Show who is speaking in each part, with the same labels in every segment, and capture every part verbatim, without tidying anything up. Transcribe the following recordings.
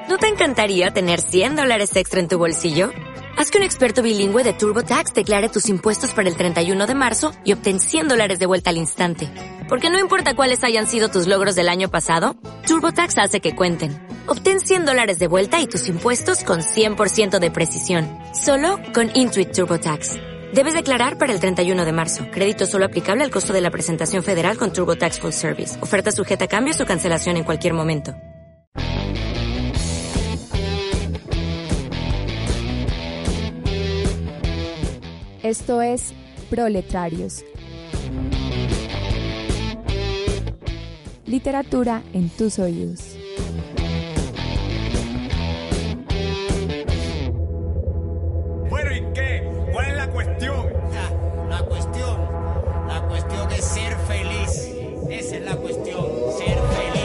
Speaker 1: ¿No te encantaría tener cien dólares extra en tu bolsillo? Haz que un experto bilingüe de TurboTax declare tus impuestos para el treinta y uno de marzo y obtén cien dólares de vuelta al instante. Porque no importa cuáles hayan sido tus logros del año pasado, TurboTax hace que cuenten. Obtén cien dólares de vuelta y tus impuestos con cien por ciento de precisión. Solo con Intuit TurboTax. Debes declarar para el treinta y uno de marzo. Crédito solo aplicable al costo de la presentación federal con TurboTax Full Service. Oferta sujeta a cambios o cancelación en cualquier momento.
Speaker 2: Esto es Proletarios. Literatura en tus oídos.
Speaker 3: Bueno, ¿y qué? ¿Cuál es la cuestión?
Speaker 4: La, la cuestión, la cuestión es ser feliz. Esa es la cuestión, ser feliz.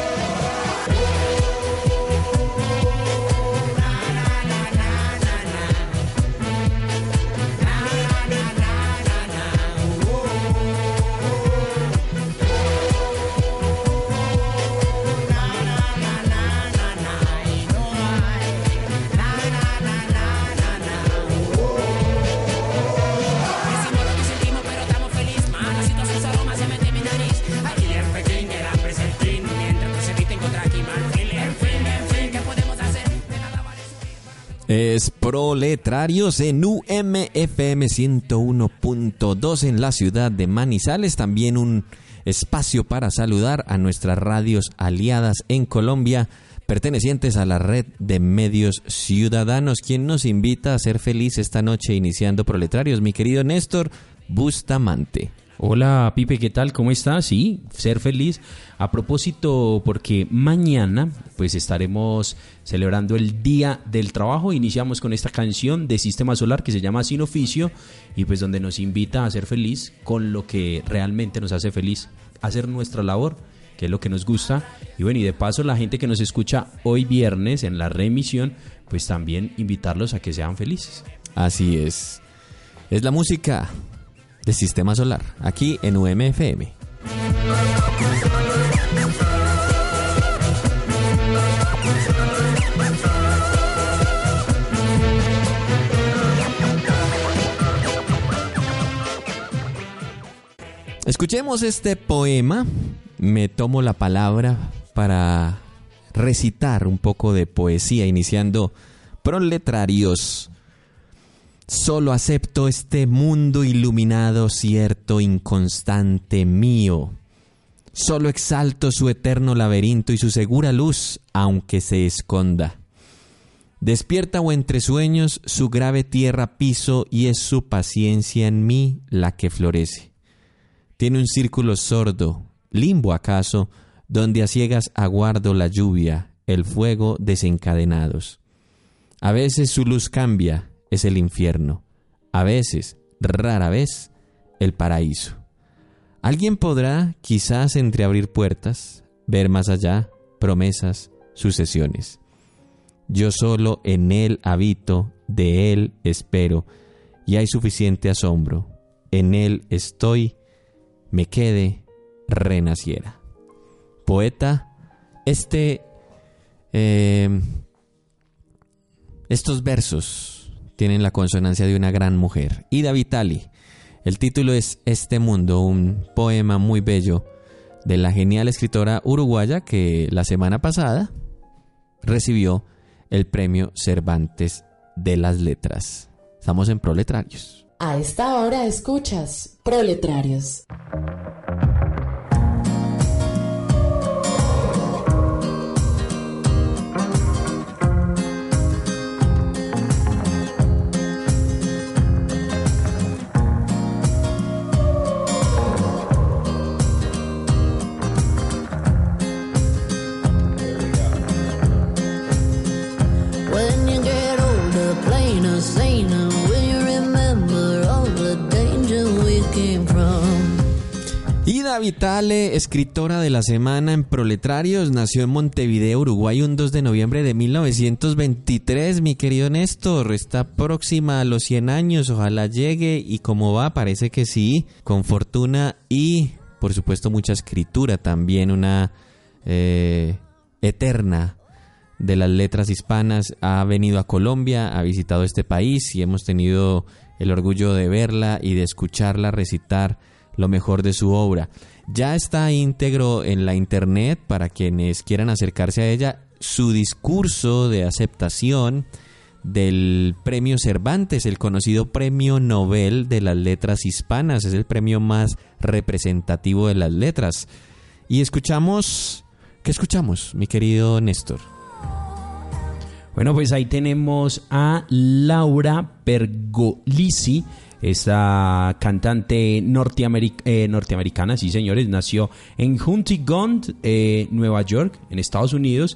Speaker 5: Es Proletarios en U M F M ciento uno punto dos en la ciudad de Manizales. También un espacio para saludar a nuestras radios aliadas en Colombia, pertenecientes a la red de medios ciudadanos. Quien nos invita a ser feliz esta noche iniciando Proletarios, mi querido Néstor Bustamante.
Speaker 6: Hola Pipe, ¿qué tal? ¿Cómo estás? Sí, ser feliz. A propósito, porque mañana pues estaremos celebrando el Día del Trabajo. Iniciamos con esta canción de Sistema Solar que se llama Sin Oficio y pues donde nos invita a ser feliz con lo que realmente nos hace feliz, hacer nuestra labor, que es lo que nos gusta. Y bueno, y de paso la gente que nos escucha hoy viernes en la reemisión, pues también invitarlos a que sean felices.
Speaker 5: Así es. Es la música de Sistema Solar, aquí en U M F M. Escuchemos este poema. Me tomo la palabra para recitar un poco de poesía, iniciando Proletarios. Solo acepto este mundo iluminado, cierto, inconstante, mío. Solo exalto su eterno laberinto y su segura luz, aunque se esconda. Despierta o entre sueños, su grave tierra piso y es su paciencia en mí la que florece. Tiene un círculo sordo, limbo acaso, donde a ciegas aguardo la lluvia, el fuego desencadenados. A veces su luz cambia, es el infierno. A veces, rara vez, el paraíso. Alguien podrá, quizás, entreabrir puertas, ver más allá, promesas, sucesiones. Yo solo en él habito, de él espero, y hay suficiente asombro. En él estoy, me quede, renaciera. Poeta, este, eh, estos versos tienen la consonancia de una gran mujer, Ida Vitali. El título es Este Mundo, un poema muy bello de la genial escritora uruguaya que la semana pasada recibió el premio Cervantes de las Letras. Estamos en Proletarios.
Speaker 7: A esta hora escuchas Proletarios.
Speaker 5: Ida Vitale, escritora de la semana en Proletarios, nació en Montevideo, Uruguay, un dos de noviembre de mil novecientos veintitrés. Mi querido Néstor, está próxima a los cien años, ojalá llegue, y como va, parece que sí, con fortuna y, por supuesto, mucha escritura, también una eh, eterna de las letras hispanas ha venido a Colombia, ha visitado este país y hemos tenido el orgullo de verla y de escucharla recitar lo mejor de su obra. Ya está íntegro en la internet para quienes quieran acercarse a ella su discurso de aceptación del Premio Cervantes, el conocido Premio Nobel de las Letras Hispanas. Es el premio más representativo de las letras. Y escuchamos... ¿Qué escuchamos, mi querido Néstor?
Speaker 6: Bueno, pues ahí tenemos a Laura Pergolisi, esta cantante norteameric- eh, norteamericana, sí señores, nació en Huntington, eh, Nueva York, en Estados Unidos,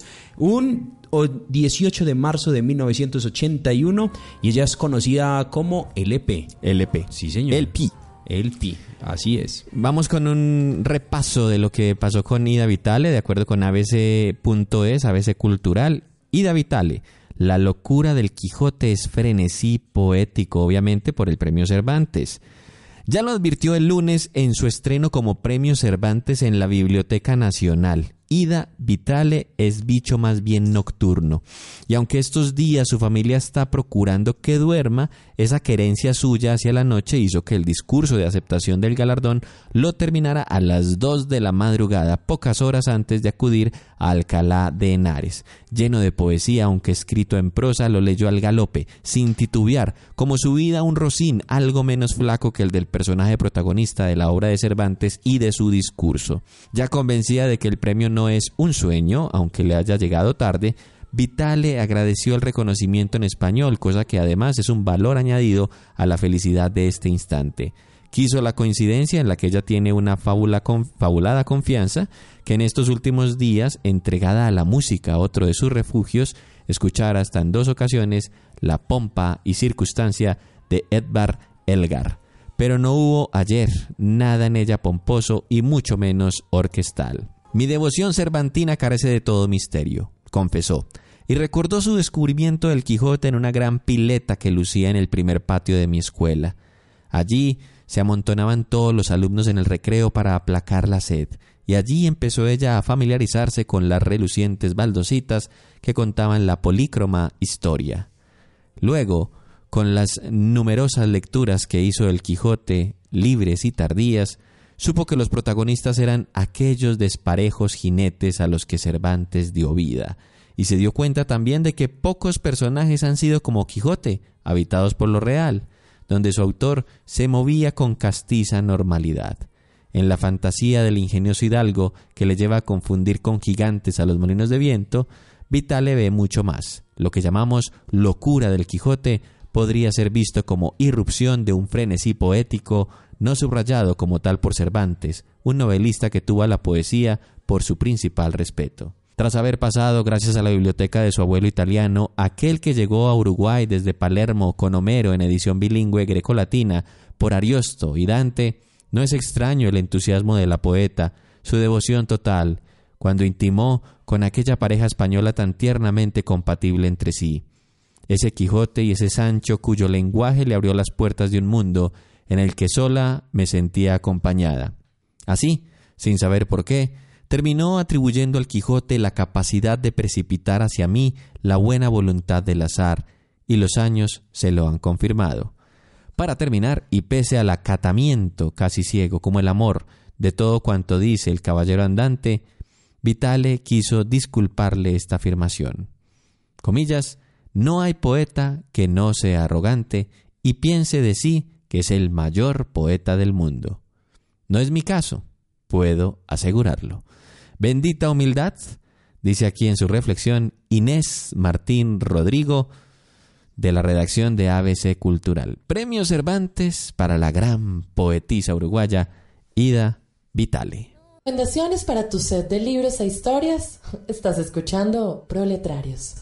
Speaker 6: un dieciocho de marzo de mil novecientos ochenta y uno, y ella es conocida como L P.
Speaker 5: L P.
Speaker 6: Sí señor.
Speaker 5: L P.
Speaker 6: L P, así es.
Speaker 5: Vamos con un repaso de lo que pasó con Ida Vitale, de acuerdo con A B C punto es, A B C Cultural. Ida Vitale, la locura del Quijote es frenesí poético, obviamente por el Premio Cervantes. Ya lo advirtió el lunes en su estreno como Premio Cervantes en la Biblioteca Nacional. Ida Vitale es bicho más bien nocturno. Y aunque estos días su familia está procurando que duerma, esa querencia suya hacia la noche hizo que el discurso de aceptación del galardón lo terminara a las dos de la madrugada, pocas horas antes de acudir a Alcalá de Henares. Lleno de poesía, aunque escrito en prosa, lo leyó al galope, sin titubear, como su vida un rocín algo menos flaco que el del personaje protagonista de la obra de Cervantes y de su discurso. Ya convencida de que el premio no es un sueño, aunque le haya llegado tarde, Vitale agradeció el reconocimiento en español, cosa que además es un valor añadido a la felicidad de este instante. Quiso la coincidencia en la que ella tiene una fábula con, fabulada confianza, que en estos últimos días, entregada a la música, otro de sus refugios, escuchara hasta en dos ocasiones la pompa y circunstancia de Edvard Elgar. Pero no hubo ayer nada en ella pomposo y mucho menos orquestal. Mi devoción cervantina carece de todo misterio, confesó, y recordó su descubrimiento del Quijote en una gran pileta que lucía en el primer patio de mi escuela. Allí se amontonaban todos los alumnos en el recreo para aplacar la sed, y allí empezó ella a familiarizarse con las relucientes baldositas que contaban la polícroma historia. Luego, con las numerosas lecturas que hizo el Quijote, libres y tardías, supo que los protagonistas eran aquellos desparejos jinetes a los que Cervantes dio vida, y se dio cuenta también de que pocos personajes han sido como Quijote, habitados por lo real, donde su autor se movía con castiza normalidad. En la fantasía del ingenioso hidalgo que le lleva a confundir con gigantes a los molinos de viento, Vitale ve mucho más. Lo que llamamos locura del Quijote podría ser visto como irrupción de un frenesí poético no subrayado como tal por Cervantes, un novelista que tuvo a la poesía por su principal respeto. Tras haber pasado, gracias a la biblioteca de su abuelo italiano, aquel que llegó a Uruguay desde Palermo con Homero en edición bilingüe grecolatina, por Ariosto y Dante, no es extraño el entusiasmo de la poeta, su devoción total, cuando intimó con aquella pareja española tan tiernamente compatible entre sí. Ese Quijote y ese Sancho cuyo lenguaje le abrió las puertas de un mundo en el que sola me sentía acompañada. Así, sin saber por qué, terminó atribuyendo al Quijote la capacidad de precipitar hacia mí la buena voluntad del azar, y los años se lo han confirmado. Para terminar, y pese al acatamiento casi ciego como el amor de todo cuanto dice el caballero andante, Vitale quiso disculparle esta afirmación. Comillas, no hay poeta que no sea arrogante y piense de sí que es el mayor poeta del mundo. No es mi caso, puedo asegurarlo. Bendita humildad, dice aquí en su reflexión Inés Martín Rodrigo, de la redacción de A B C Cultural. Premio Cervantes para la gran poetisa uruguaya Ida Vitale.
Speaker 7: Recomendaciones para tu set de libros e historias. Estás escuchando Proletrarios.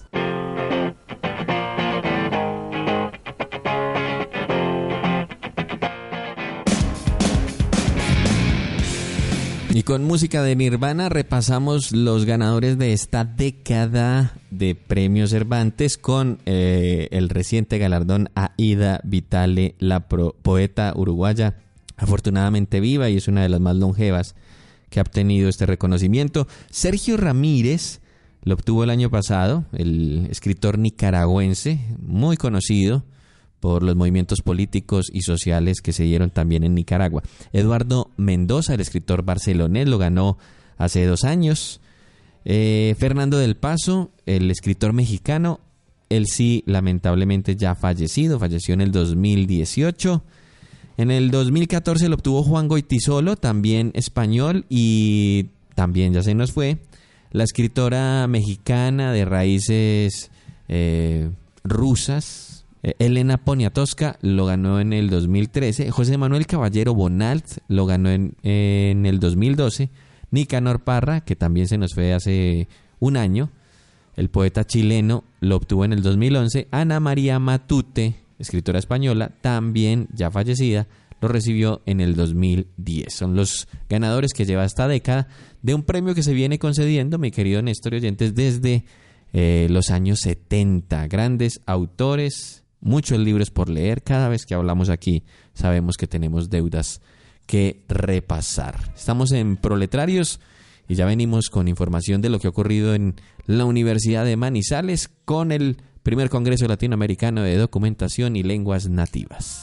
Speaker 5: Y con música de Nirvana repasamos los ganadores de esta década de Premios Cervantes con eh, el reciente galardón a Ida Vitale, la pro- poeta uruguaya, afortunadamente viva y es una de las más longevas que ha obtenido este reconocimiento. Sergio Ramírez lo obtuvo el año pasado, el escritor nicaragüense, muy conocido por los movimientos políticos y sociales que se dieron también en Nicaragua. Eduardo Mendoza, el escritor barcelonés, lo ganó hace dos años. Eh, Fernando del Paso, el escritor mexicano, él sí, lamentablemente ya fallecido, falleció en el dos mil dieciocho. En el dos mil catorce lo obtuvo Juan Goytisolo, también español, y también ya se nos fue. La escritora mexicana de raíces eh, rusas, eh, Elena Poniatowska, lo ganó en el dos mil trece. José Manuel Caballero Bonalt lo ganó en, en el dos mil doce. Nicanor Parra, que también se nos fue hace un año, el poeta chileno, lo obtuvo en el dos mil once. Ana María Matute, escritora española, también ya fallecida, lo recibió en el dos mil diez. Son los ganadores que lleva esta década de un premio que se viene concediendo, mi querido Néstor y oyentes, desde eh, los años setenta. Grandes autores, muchos libros por leer. Cada vez que hablamos aquí sabemos que tenemos deudas que repasar. Estamos en Proletrarios y ya venimos con información de lo que ha ocurrido en la Universidad de Manizales con el primer Congreso Latinoamericano de Documentación y Lenguas Nativas.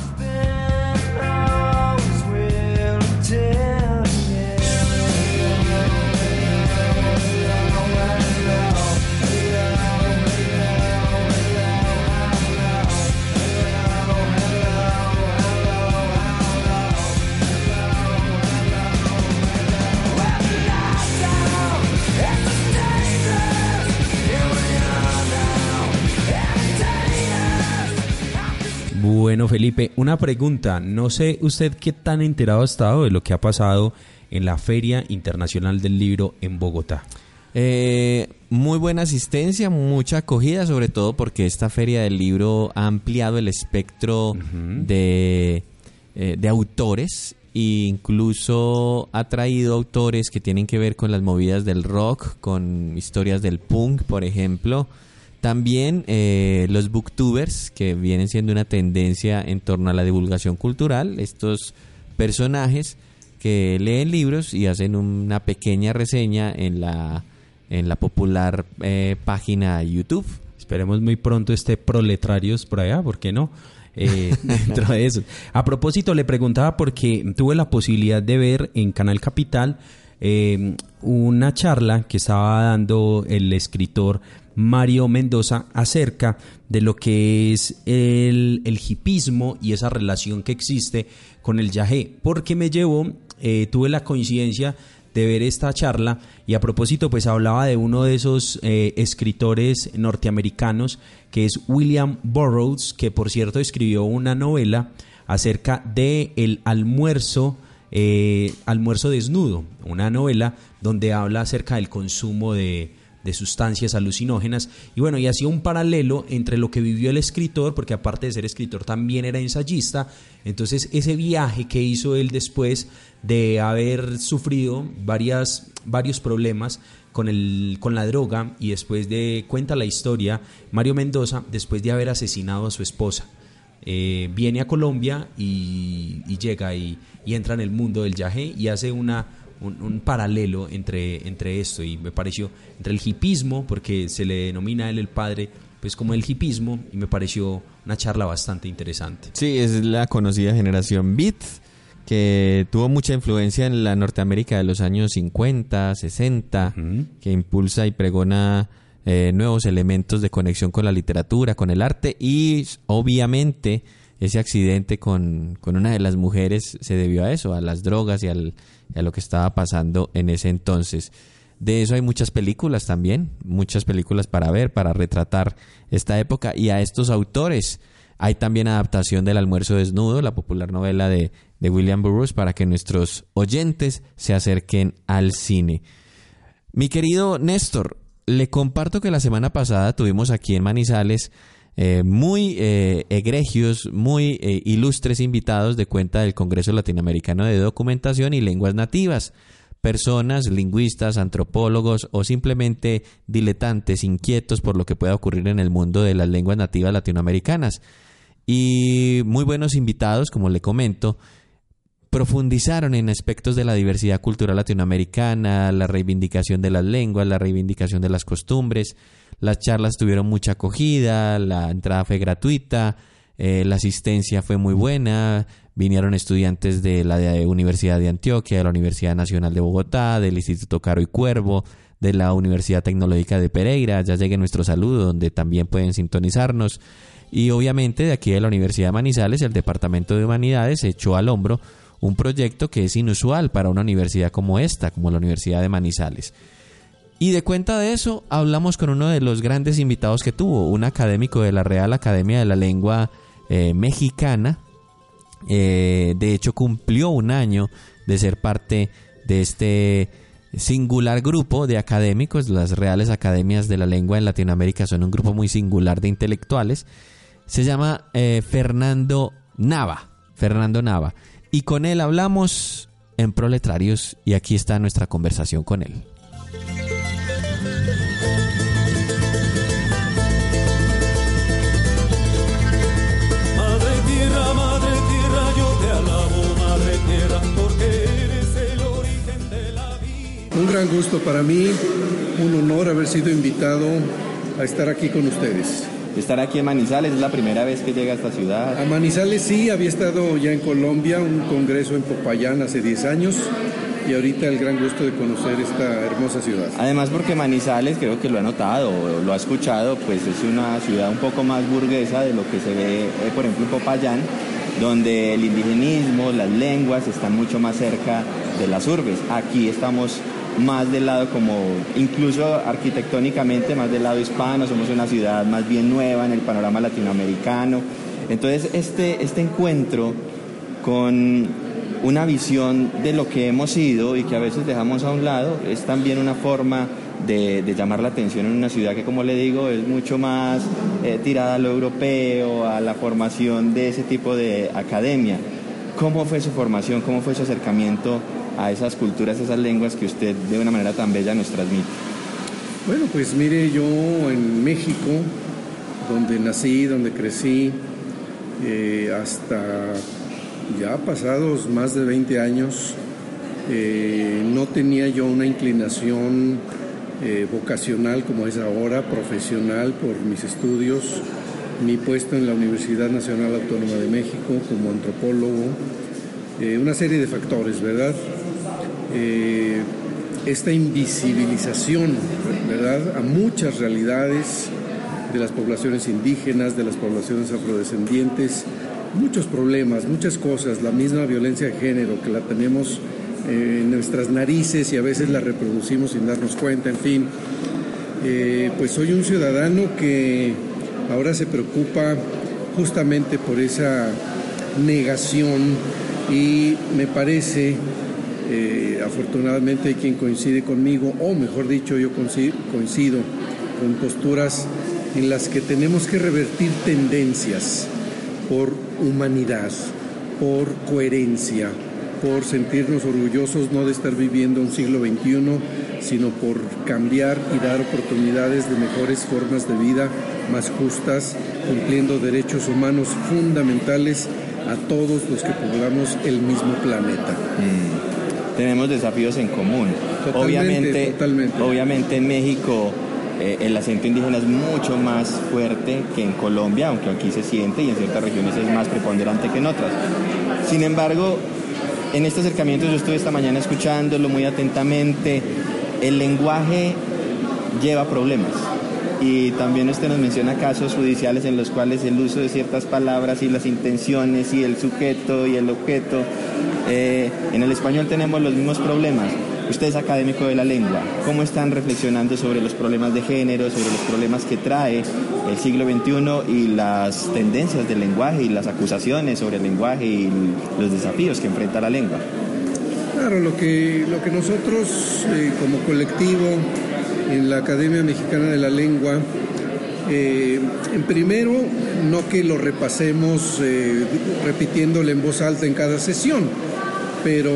Speaker 6: Bueno, Felipe, una pregunta. No sé usted qué tan enterado ha estado de lo que ha pasado en la Feria Internacional del Libro en Bogotá.
Speaker 5: Eh, muy buena asistencia, mucha acogida, sobre todo porque esta Feria del Libro ha ampliado el espectro uh-huh. de, eh, de autores e incluso ha traído autores que tienen que ver con las movidas del rock, con historias del punk, por ejemplo. También eh, los booktubers, que vienen siendo una tendencia en torno a la divulgación cultural, estos personajes que leen libros y hacen una pequeña reseña en la, en la popular eh, página YouTube.
Speaker 6: Esperemos muy pronto este Proletrarios por allá, ¿por qué no? Eh, dentro de eso. A propósito, le preguntaba porque tuve la posibilidad de ver en Canal Capital eh, una charla que estaba dando el escritor Mario Mendoza acerca de lo que es el, el hipismo y esa relación que existe con el yagé, porque me llevó, eh, tuve la coincidencia de ver esta charla y a propósito pues hablaba de uno de esos eh, escritores norteamericanos que es William Burroughs, que por cierto escribió una novela acerca de el almuerzo eh, almuerzo desnudo, una novela donde habla acerca del consumo de de sustancias alucinógenas, y bueno, y hacía un paralelo entre lo que vivió el escritor, porque aparte de ser escritor también era ensayista. Entonces ese viaje que hizo él después de haber sufrido varias, varios problemas con, el, con la droga, y después de, cuenta la historia, Mario Mendoza, después de haber asesinado a su esposa, eh, viene a Colombia y, y llega y, y entra en el mundo del yagé y hace una Un, un paralelo entre, entre esto, y me pareció entre el hipismo, porque se le denomina a él el padre, pues como el hipismo, y me pareció una charla bastante interesante.
Speaker 5: Sí, es la conocida generación Beat, que tuvo mucha influencia en la Norteamérica de los años cincuenta, sesenta, uh-huh. que impulsa y pregona eh, nuevos elementos de conexión con la literatura, con el arte, y obviamente ese accidente con, con una de las mujeres se debió a eso, a las drogas y, al, y a lo que estaba pasando en ese entonces. De eso hay muchas películas también, muchas películas para ver, para retratar esta época y a estos autores. Hay también adaptación del Almuerzo Desnudo, la popular novela de, de William Burroughs, para que nuestros oyentes se acerquen al cine. Mi querido Néstor, le comparto que la semana pasada tuvimos aquí en Manizales Eh, muy eh, egregios, muy eh, ilustres invitados de cuenta del Congreso Latinoamericano de Documentación y Lenguas Nativas, personas, lingüistas, antropólogos o simplemente diletantes, inquietos por lo que pueda ocurrir en el mundo de las lenguas nativas latinoamericanas. Y muy buenos invitados, como le comento, profundizaron en aspectos de la diversidad cultural latinoamericana, la reivindicación de las lenguas, la reivindicación de las costumbres. Las charlas tuvieron mucha acogida, la entrada fue gratuita, eh, la asistencia fue muy buena, vinieron estudiantes de la de Universidad de Antioquia, de la Universidad Nacional de Bogotá, del Instituto Caro y Cuervo, de la Universidad Tecnológica de Pereira. Ya llegue nuestro saludo, donde también pueden sintonizarnos. Y obviamente de aquí de la Universidad de Manizales, el Departamento de Humanidades echó al hombro un proyecto que es inusual para una universidad como esta, como la Universidad de Manizales. Y de cuenta de eso, hablamos con uno de los grandes invitados que tuvo, un académico de la Real Academia de la Lengua eh, Mexicana. Eh, de hecho, cumplió un año de ser parte de este singular grupo de académicos. Las Reales Academias de la Lengua en Latinoamérica son un grupo muy singular de intelectuales. Se llama eh, Fernando Nava. Fernando Nava. Y con él hablamos en Proletrarios y aquí está nuestra conversación con él.
Speaker 8: Madre tierra, madre tierra, yo te alabo, madre tierra, porque eres el origen de la vida.
Speaker 9: Un gran gusto para mí, un honor haber sido invitado a estar aquí con ustedes.
Speaker 10: Estar aquí en Manizales, es la primera vez que llega a esta ciudad.
Speaker 9: A Manizales sí, había estado ya en Colombia, un congreso en Popayán hace diez años y ahorita el gran gusto de conocer esta hermosa ciudad.
Speaker 10: Además porque Manizales, creo que lo ha notado o lo ha escuchado, pues es una ciudad un poco más burguesa de lo que se ve, por ejemplo, en Popayán, donde el indigenismo, las lenguas están mucho más cerca de las urbes. Aquí estamos más del lado, como incluso arquitectónicamente, más del lado hispano, somos una ciudad más bien nueva en el panorama latinoamericano. Entonces este, este encuentro con una visión de lo que hemos sido y que a veces dejamos a un lado, es también una forma de, de llamar la atención en una ciudad que, como le digo, es mucho más eh, tirada a lo europeo, a la formación de ese tipo de academia. ¿Cómo fue su formación? ¿Cómo fue su acercamiento a esas culturas, esas lenguas que usted de una manera tan bella nos transmite?
Speaker 9: Bueno, pues mire, yo en México, donde nací, donde crecí, eh, hasta ya pasados más de veinte años, eh, no tenía yo una inclinación eh, vocacional como es ahora, profesional por mis estudios, mi puesto en la Universidad Nacional Autónoma de México como antropólogo, eh, una serie de factores, ¿verdad? Eh, esta invisibilización, ¿verdad?, a muchas realidades de las poblaciones indígenas, de las poblaciones afrodescendientes, muchos problemas, muchas cosas, la misma violencia de género que la tenemos eh, en nuestras narices y a veces la reproducimos sin darnos cuenta, en fin. Eh, pues soy un ciudadano que ahora se preocupa justamente por esa negación y me parece... Eh, afortunadamente hay quien coincide conmigo, o mejor dicho, yo coincido, coincido con posturas en las que tenemos que revertir tendencias por humanidad, por coherencia, por sentirnos orgullosos no de estar viviendo un siglo veintiuno, sino por cambiar y dar oportunidades de mejores formas de vida, más justas, cumpliendo derechos humanos fundamentales a todos los que poblamos el mismo planeta.
Speaker 10: Mm. Tenemos desafíos en común.
Speaker 9: Totalmente,
Speaker 10: obviamente,
Speaker 9: totalmente.
Speaker 10: obviamente en México eh, el acento indígena es mucho más fuerte que en Colombia, aunque aquí se siente y en ciertas regiones es más preponderante que en otras. Sin embargo, en este acercamiento yo estuve esta mañana escuchándolo muy atentamente. El lenguaje lleva problemas. Y también usted nos menciona casos judiciales en los cuales el uso de ciertas palabras y las intenciones y el sujeto y el objeto, eh, en el español tenemos los mismos problemas. Usted es académico de la lengua. ¿Cómo están reflexionando sobre los problemas de género, sobre los problemas que trae el siglo veintiuno y las tendencias del lenguaje y las acusaciones sobre el lenguaje y los desafíos que enfrenta la lengua?
Speaker 9: Claro, lo que, lo que nosotros eh, como colectivo en la Academia Mexicana de la Lengua, eh, en primero, no que lo repasemos eh, repitiéndole en voz alta en cada sesión, pero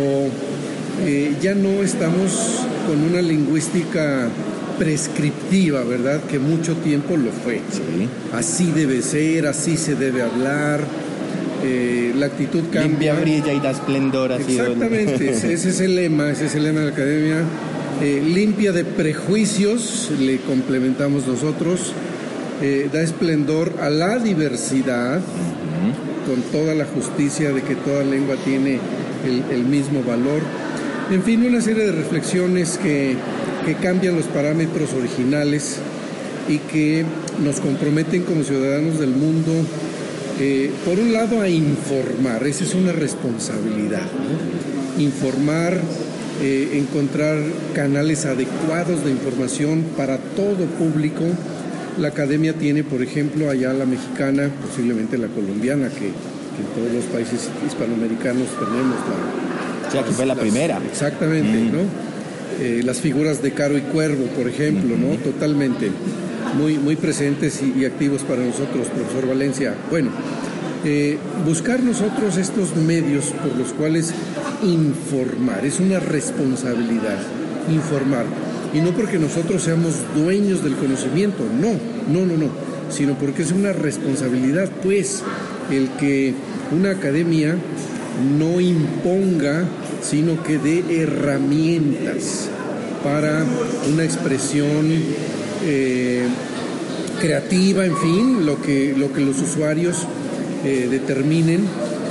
Speaker 9: eh, ya no estamos con una lingüística prescriptiva, ¿verdad?, que mucho tiempo lo fue.
Speaker 10: Sí.
Speaker 9: Así debe ser, así se debe hablar. eh, la actitud cambia.
Speaker 10: Limpia, brilla y da esplendor. Ha sido
Speaker 9: Exactamente,
Speaker 10: el...
Speaker 9: ese es el lema, ese es el lema de la academia. Eh, limpia de prejuicios, le complementamos nosotros, eh, da esplendor a la diversidad, uh-huh. con toda la justicia de que toda lengua tiene el, el mismo valor. En fin, una serie de reflexiones que, que cambian los parámetros originales y que nos comprometen como ciudadanos del mundo, eh, por un lado a informar, esa es una responsabilidad, ¿no? Informar, eh, encontrar canales adecuados de información para todo público. La academia tiene, por ejemplo, allá la mexicana, posiblemente la colombiana, que, que en todos los países hispanoamericanos tenemos la...
Speaker 10: Sí, aquí fue la
Speaker 9: las,
Speaker 10: primera.
Speaker 9: Exactamente, mm. ¿no? Eh, las figuras de Caro y Cuervo, por ejemplo, mm-hmm. ¿no? Totalmente muy, muy presentes y, y activos para nosotros, profesor Valencia. Bueno, eh, buscar nosotros estos medios por los cuales informar, es una responsabilidad, informar. Y no porque nosotros seamos dueños del conocimiento, no, no, no, no, sino porque es una responsabilidad, pues, el que una academia no imponga, sino que dé herramientas para una expresión eh, creativa, en fin, lo que, lo que los usuarios eh, determinen.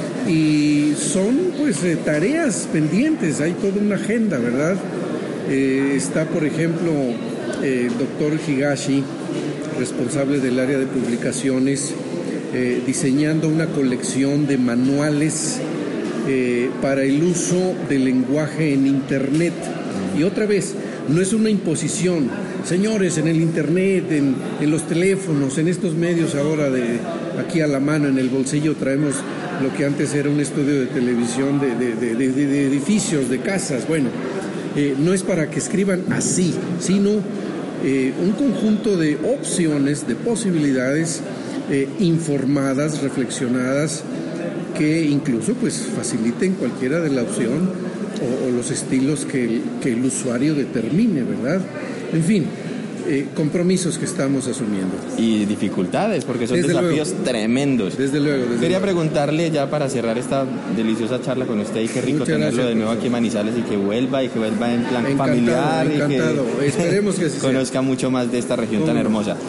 Speaker 9: Y son, pues, eh, tareas pendientes, hay toda una agenda, ¿verdad? Eh, está, por ejemplo, el eh, doctor Higashi, responsable del área de publicaciones, eh, diseñando una colección de manuales Eh, para el uso del lenguaje en Internet. Y otra vez, no es una imposición. Señores, en el Internet, en, en los teléfonos, en estos medios ahora de aquí a la mano, en el bolsillo, traemos lo que antes era un estudio de televisión de, de, de, de, de edificios, de casas. Bueno, eh, no es para que escriban así, sino eh, un conjunto de opciones, de posibilidades eh, informadas, reflexionadas, que incluso pues faciliten cualquiera de la opción o, o los estilos que el, que el usuario determine, ¿verdad? En fin, eh, compromisos que estamos asumiendo.
Speaker 10: Y dificultades, porque son
Speaker 9: desde
Speaker 10: desafíos
Speaker 9: luego.
Speaker 10: tremendos.
Speaker 9: Desde luego. Desde
Speaker 10: Quería
Speaker 9: luego.
Speaker 10: preguntarle ya para cerrar esta deliciosa charla con usted, y qué rico
Speaker 9: Muchas
Speaker 10: tenerlo
Speaker 9: gracias,
Speaker 10: de nuevo
Speaker 9: profesor.
Speaker 10: aquí en Manizales, y que vuelva, y que vuelva en plan
Speaker 9: Encantado,
Speaker 10: familiar.
Speaker 9: encantado.
Speaker 10: Y que
Speaker 9: Esperemos que así sea.
Speaker 10: conozca mucho más de esta región tan hermosa.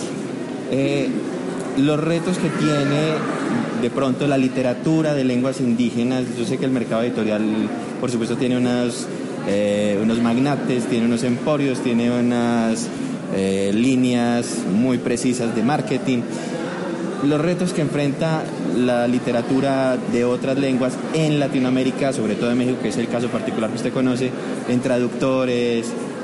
Speaker 10: Eh, los retos que tiene de pronto la literatura de lenguas indígenas. Yo sé que el mercado editorial, por supuesto, tiene unas, eh, unos magnates, tiene unos emporios, tiene unas eh, líneas muy precisas de marketing. Los retos que enfrenta la literatura de otras lenguas en Latinoamérica, sobre todo en México, que es el caso particular que usted conoce, en traductores,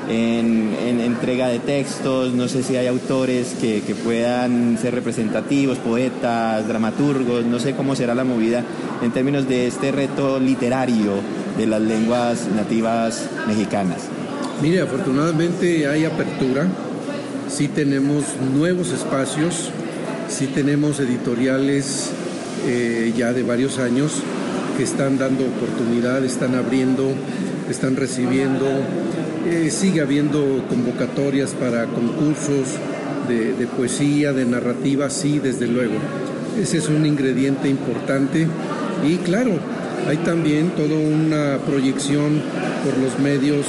Speaker 10: En, en entrega de textos, no sé si hay autores que, que puedan ser representativos, poetas, dramaturgos, no sé cómo será la movida en términos de este reto literario de las lenguas nativas mexicanas.
Speaker 9: Mire, afortunadamente hay apertura, sí tenemos nuevos espacios, sí tenemos editoriales eh, ya de varios años que están dando oportunidad, están abriendo, están recibiendo. Eh, sigue habiendo convocatorias para concursos de, de poesía, de narrativa, sí, desde luego. Ese es un ingrediente importante. Y claro, hay también toda una proyección por los medios,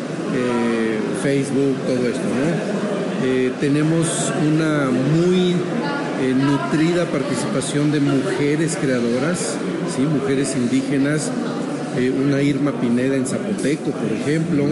Speaker 9: eh, Facebook, todo esto, ¿no? Eh, tenemos una muy eh, nutrida participación de mujeres creadoras, ¿sí? Mujeres indígenas. Eh, una Irma Pineda en zapoteco, por ejemplo,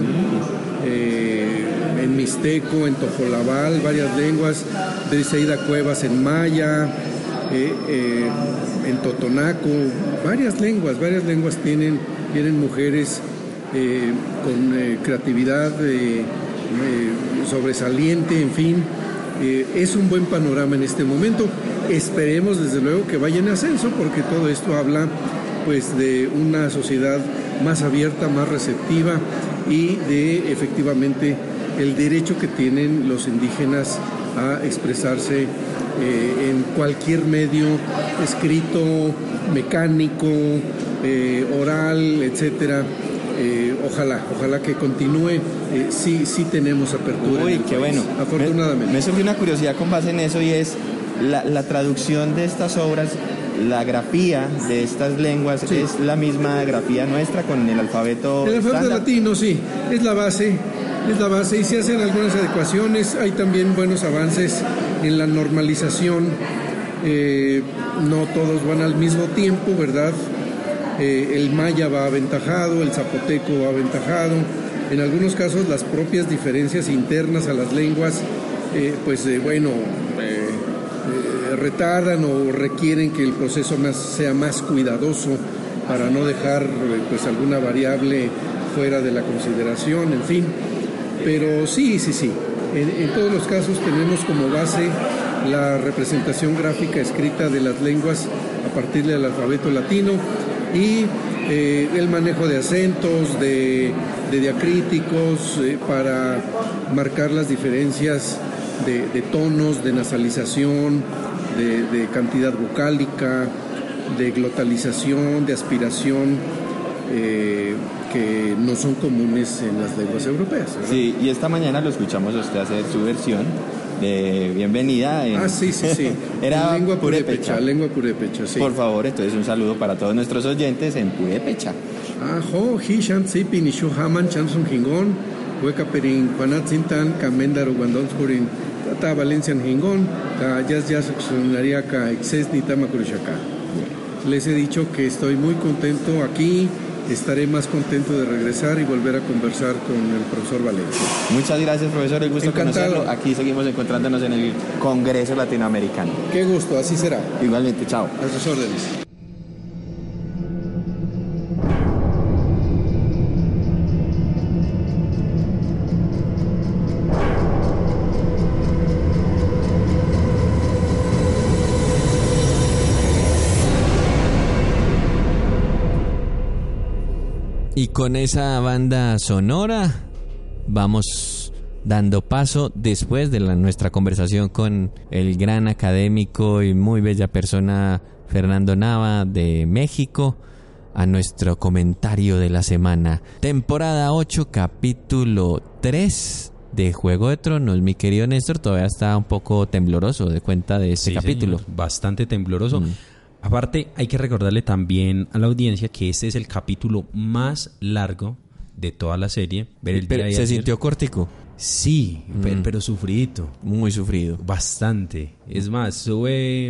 Speaker 9: eh, en mixteco, en tojolabal, varias lenguas, Briseida Cuevas en maya, eh, eh, en totonaco, varias lenguas, varias lenguas tienen, tienen mujeres eh, con eh, creatividad eh, eh, sobresaliente, en fin, eh, es un buen panorama en este momento. Esperemos desde luego que vaya en ascenso, porque todo esto habla pues de una sociedad más abierta, más receptiva, y de efectivamente el derecho que tienen los indígenas a expresarse eh, en cualquier medio escrito, mecánico, eh, oral, etcétera. Eh, ojalá, ojalá que continúe. Eh, sí, sí tenemos apertura.
Speaker 10: Uy, qué bueno.
Speaker 9: Afortunadamente.
Speaker 10: Me, me surgió una curiosidad con base en eso, y es la, la traducción de estas obras. la grafía de estas lenguas sí. es la misma grafía nuestra con el alfabeto
Speaker 9: El alfabeto
Speaker 10: estándar.
Speaker 9: latino, sí, es la base, es la base y se hacen algunas adecuaciones. Hay también buenos avances en la normalización. Eh, no todos van al mismo tiempo, ¿verdad? Eh, el maya va aventajado, el zapoteco va aventajado. En algunos casos las propias diferencias internas a las lenguas, eh, pues eh, bueno, eh, eh, retardan o requieren que el proceso más, sea más cuidadoso para no dejar eh, pues alguna variable fuera de la consideración, en fin. Pero sí, sí, sí. En, en todos los casos tenemos como base la representación gráfica escrita de las lenguas a partir del alfabeto latino y eh, el manejo de acentos, de, de diacríticos, eh, para marcar las diferencias de, de tonos, de nasalización, de, de cantidad vocálica, de glotalización, de aspiración, eh, que no son comunes en las lenguas europeas, ¿verdad?
Speaker 10: Sí, y esta mañana lo escuchamos a usted hacer su versión de bienvenida en...
Speaker 9: Ah, sí, sí, sí.
Speaker 10: Era
Speaker 9: lengua
Speaker 10: purépecha.
Speaker 9: purépecha, lengua purépecha, sí.
Speaker 10: Por favor, entonces un saludo para todos nuestros oyentes en purépecha.
Speaker 9: Ah, jo, hi, shan, sipi, nishu, haman, chansun, jingon, hueca, perin, cuanatzintan, camendaro, guandonspurin, tata, valencian, jingon, ka, yas, yas, sonaría, ka, exes, nitama, kurishaka. Les he dicho que estoy muy contento aquí. Estaré más contento de regresar y volver a conversar con el profesor Valencia.
Speaker 10: Muchas gracias, profesor. El gusto
Speaker 9: Encantado.
Speaker 10: conocerlo. Aquí seguimos encontrándonos en el Congreso Latinoamericano.
Speaker 9: Qué gusto, así será.
Speaker 10: Igualmente, chao.
Speaker 9: A sus órdenes.
Speaker 5: Y con esa banda sonora vamos dando paso, después de la, nuestra conversación con el gran académico y muy bella persona Fernando Nava de México, a nuestro comentario de la semana. Temporada ocho, capítulo tres de Juego de Tronos. Mi querido Néstor todavía está un poco tembloroso de cuenta de este
Speaker 6: sí,
Speaker 5: capítulo.
Speaker 6: Señor, bastante tembloroso. Mm. Aparte, hay que recordarle también a la audiencia que este es el capítulo más largo de toda la serie. Ver el
Speaker 5: pero,
Speaker 6: día de
Speaker 5: ¿Se
Speaker 6: ayer.
Speaker 5: sintió cortico?
Speaker 6: Sí, mm. pero, pero sufridito.
Speaker 5: Muy sufrido.
Speaker 6: Bastante. Es más, sube...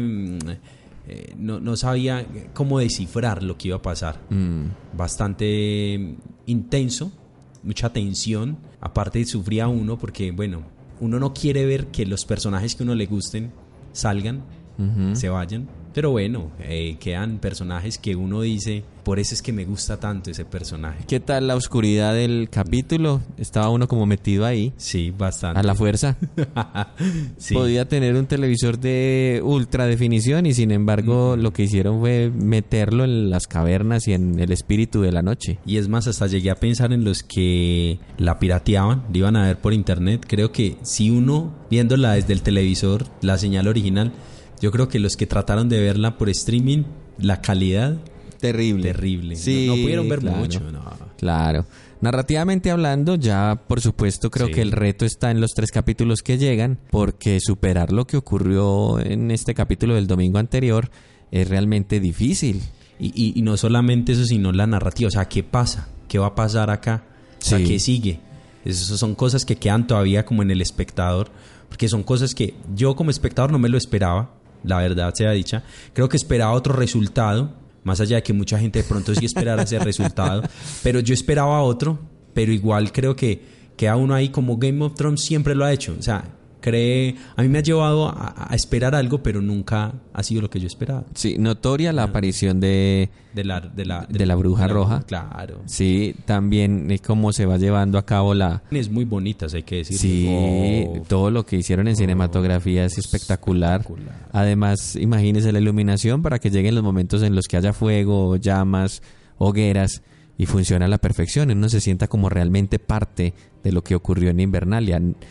Speaker 6: Eh, no, no sabía cómo descifrar lo que iba a pasar. Mm. Bastante intenso, mucha tensión. Aparte, sufría uno porque, bueno, uno no quiere ver que los personajes que a uno le gusten salgan, uh-huh. se vayan. Pero bueno, eh, quedan personajes que uno dice, por eso es que me gusta tanto ese personaje.
Speaker 5: ¿Qué tal la oscuridad del capítulo? Estaba uno como metido ahí.
Speaker 6: Sí, bastante.
Speaker 5: A la fuerza. Sí. Podía tener un televisor de ultra definición y sin embargo mm. lo que hicieron fue meterlo en las cavernas y en el espíritu de la noche.
Speaker 6: Y es más, hasta llegué a pensar en los que la pirateaban, la iban a ver por internet. Creo que si uno, viéndola desde el televisor, la señal original... Yo creo que los que trataron de verla por streaming, la calidad...
Speaker 5: Terrible.
Speaker 6: Terrible.
Speaker 5: Sí,
Speaker 6: no, no pudieron ver
Speaker 5: claro,
Speaker 6: mucho. No.
Speaker 5: Claro. Narrativamente hablando, ya por supuesto creo sí. que el reto está en los tres capítulos que llegan, porque superar lo que ocurrió en este capítulo del domingo anterior es realmente difícil.
Speaker 6: Y, y, y no solamente eso, sino la narrativa. O sea, ¿qué pasa? ¿Qué va a pasar acá? O sea, sí. ¿qué sigue? Esas son cosas que quedan todavía como en el espectador, porque son cosas que yo como espectador no me lo esperaba. La verdad sea dicha, creo que esperaba otro resultado, más allá de que mucha gente de pronto sí esperara ese resultado, pero yo esperaba otro, pero igual creo que queda uno ahí como Game of Thrones siempre lo ha hecho, o sea, cree, a mí me ha llevado a, a esperar algo, pero nunca ha sido lo que yo esperaba.
Speaker 5: Sí, notoria la aparición de
Speaker 6: de la de la,
Speaker 5: de, de la bruja
Speaker 6: de la,
Speaker 5: roja.
Speaker 6: Claro.
Speaker 5: Sí, también es cómo se va llevando a cabo la...
Speaker 6: Es muy bonita, hay que decir.
Speaker 5: Sí, oh, todo lo que hicieron en oh, cinematografía es espectacular. espectacular. Además, imagínense la iluminación para que lleguen los momentos en los que haya fuego, llamas, hogueras y funciona a la perfección. Uno se sienta como realmente parte de lo que ocurrió en Invernalia.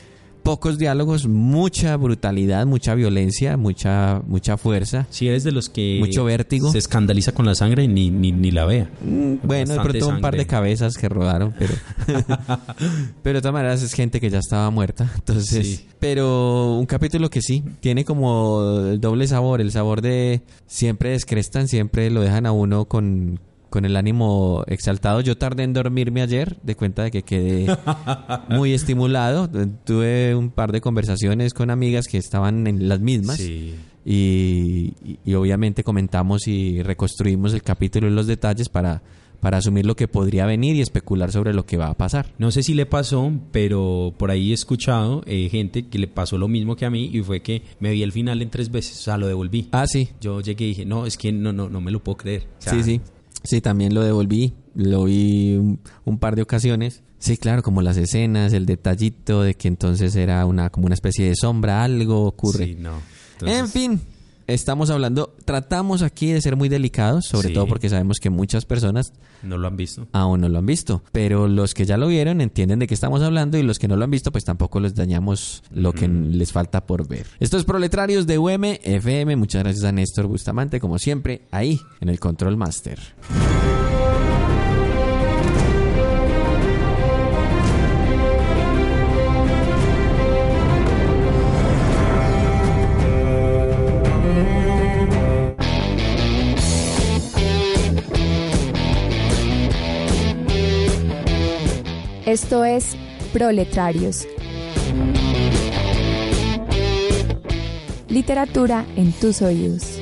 Speaker 5: pocos diálogos, mucha brutalidad, mucha violencia, mucha mucha fuerza.
Speaker 6: Si eres de los que
Speaker 5: mucho vértigo,
Speaker 6: se escandaliza con la sangre, ni ni, ni la vea.
Speaker 5: Mm, bueno, de pronto un par de cabezas que rodaron, pero pero de todas maneras es gente que ya estaba muerta, entonces. Sí. Pero un capítulo que sí tiene como el doble sabor, el sabor de siempre descrestan, siempre lo dejan a uno con con el ánimo exaltado. Yo tardé en dormirme ayer, de cuenta de que quedé muy estimulado. Tuve un par de conversaciones con amigas que estaban en las mismas.
Speaker 6: Sí.
Speaker 5: Y, y, y obviamente comentamos y reconstruimos el capítulo y los detalles para, para asumir lo que podría venir y especular sobre lo que va a pasar.
Speaker 6: No sé si le pasó, pero por ahí he escuchado eh, gente que le pasó lo mismo que a mí, y fue que me vi el final en tres veces, o sea, lo devolví.
Speaker 5: Ah, sí.
Speaker 6: Yo llegué y dije, no, es que no, no, no me lo puedo creer. O sea,
Speaker 5: sí, sí. Sí, también lo devolví, lo vi un, un par de ocasiones. Sí, claro, como las escenas, el detallito de que entonces era una como una especie de sombra, algo ocurre.
Speaker 6: Sí, no. Entonces...
Speaker 5: En fin, estamos hablando, tratamos aquí de ser muy delicados, sobre sí. todo porque sabemos que muchas personas
Speaker 6: no lo han visto.
Speaker 5: Aún no lo han visto, pero los que ya lo vieron entienden de qué estamos hablando, y los que no lo han visto pues tampoco les dañamos lo mm. que les falta por ver. Esto es Proletrarios de U M F M. Muchas gracias a Néstor Bustamante, como siempre, ahí en el Control Master.
Speaker 2: Esto es Proletrarios. Literatura en tus oídos.